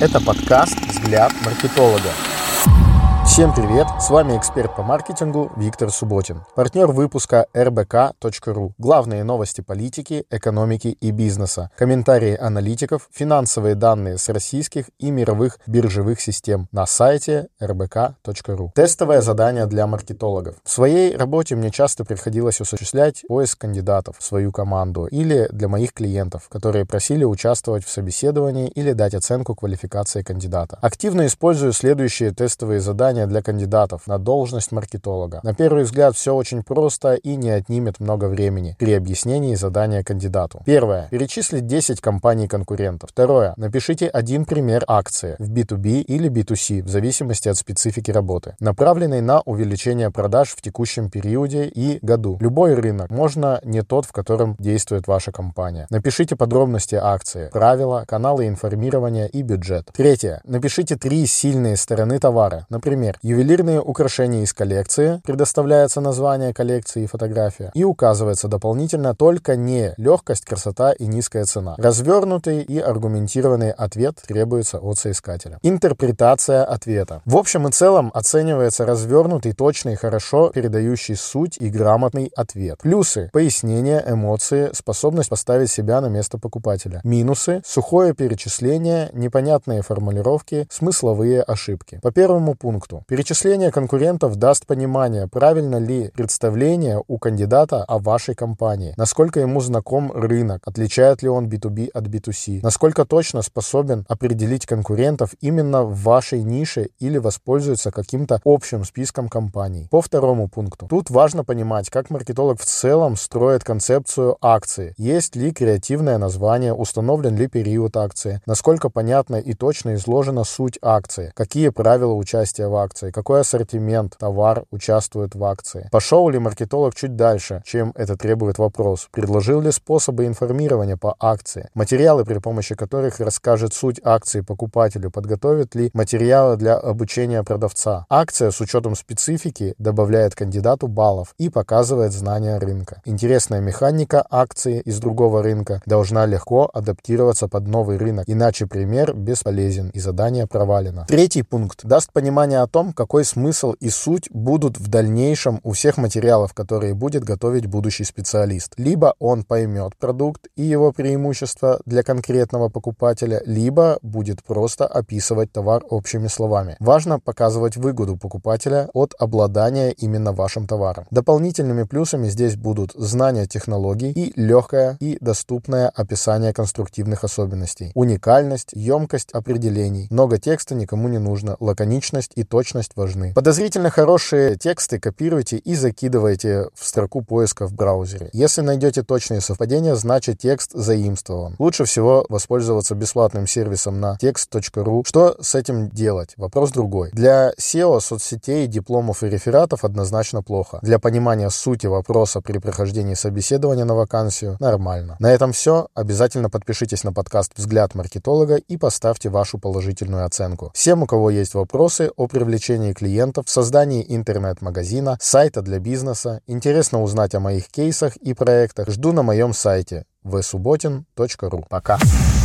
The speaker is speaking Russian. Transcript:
Это подкаст «Взгляд маркетолога». Всем привет, с вами эксперт по маркетингу Виктор Субботин, партнер выпуска rbk.ru. Главные новости политики, экономики и бизнеса, комментарии аналитиков, финансовые данные с российских и мировых биржевых систем на сайте rbk.ru. Тестовое задание для маркетологов. В своей работе мне часто приходилось осуществлять поиск кандидатов в свою команду или для моих клиентов, которые просили участвовать в собеседовании или дать оценку квалификации кандидата. Активно использую следующие тестовые задания для кандидатов на должность маркетолога. На первый взгляд все очень просто и не отнимет много времени при объяснении задания кандидату. Первое. Перечислить 10 компаний-конкурентов. Второе. Напишите один пример акции в B2B или B2C в зависимости от специфики работы, направленный на увеличение продаж в текущем периоде и году. Любой рынок, можно не тот, в котором действует ваша компания. Напишите подробности акции, правила, каналы информирования и бюджет. Третье. Напишите 3 сильные стороны товара. Например, ювелирные украшения из коллекции, предоставляется название коллекции и фотография, и указывается дополнительно только не легкость, красота и низкая цена. Развернутый и аргументированный ответ требуется от соискателя. Интерпретация ответа. В общем и целом оценивается развернутый, точный, хорошо передающий суть и грамотный ответ. Плюсы. Пояснение, эмоции, способность поставить себя на место покупателя. Минусы. Сухое перечисление, непонятные формулировки, смысловые ошибки. По первому пункту. Перечисление конкурентов даст понимание, правильно ли представление у кандидата о вашей компании, насколько ему знаком рынок, отличает ли он B2B от B2C, насколько точно способен определить конкурентов именно в вашей нише или воспользуется каким-то общим списком компаний. По второму пункту. Тут важно понимать, как маркетолог в целом строит концепцию акции, есть ли креативное название, установлен ли период акции, насколько понятно и точно изложена суть акции, какие правила участия в акции, какой ассортимент, товар участвует в акции. Пошел ли маркетолог чуть дальше, чем это требует вопрос? Предложил ли способы информирования по акции? Материалы, при помощи которых расскажет суть акции покупателю? Подготовит ли материалы для обучения продавца? Акция с учетом специфики добавляет кандидату баллов и показывает знания рынка. Интересная механика акции из другого рынка должна легко адаптироваться под новый рынок, иначе пример бесполезен и задание провалено. Третий пункт даст понимание о том, какой смысл и суть будут в дальнейшем у всех материалов, которые будет готовить будущий специалист. Либо он поймет продукт и его преимущества для конкретного покупателя, либо будет просто описывать товар общими словами. Важно показывать выгоду покупателя от обладания именно вашим товаром. Дополнительными плюсами здесь будут знания технологий и легкое и доступное описание конструктивных особенностей. Уникальность, емкость определений. Много текста никому не нужно. Лаконичность и точность важны. Подозрительно хорошие тексты копируйте и закидывайте в строку поиска в браузере. Если найдете точные совпадения, значит текст заимствован. Лучше всего воспользоваться бесплатным сервисом на text.ru. Что с этим делать? Вопрос другой. Для SEO, соцсетей, дипломов и рефератов однозначно плохо. Для понимания сути вопроса при прохождении собеседования на вакансию нормально. На этом все. Обязательно подпишитесь на подкаст «Взгляд маркетолога» и поставьте вашу положительную оценку. Всем, у кого есть вопросы о привлечении клиентов, создании интернет-магазина, сайта для бизнеса, интересно узнать о моих кейсах и проектах, жду на моем сайте vsubotin.ru. Пока!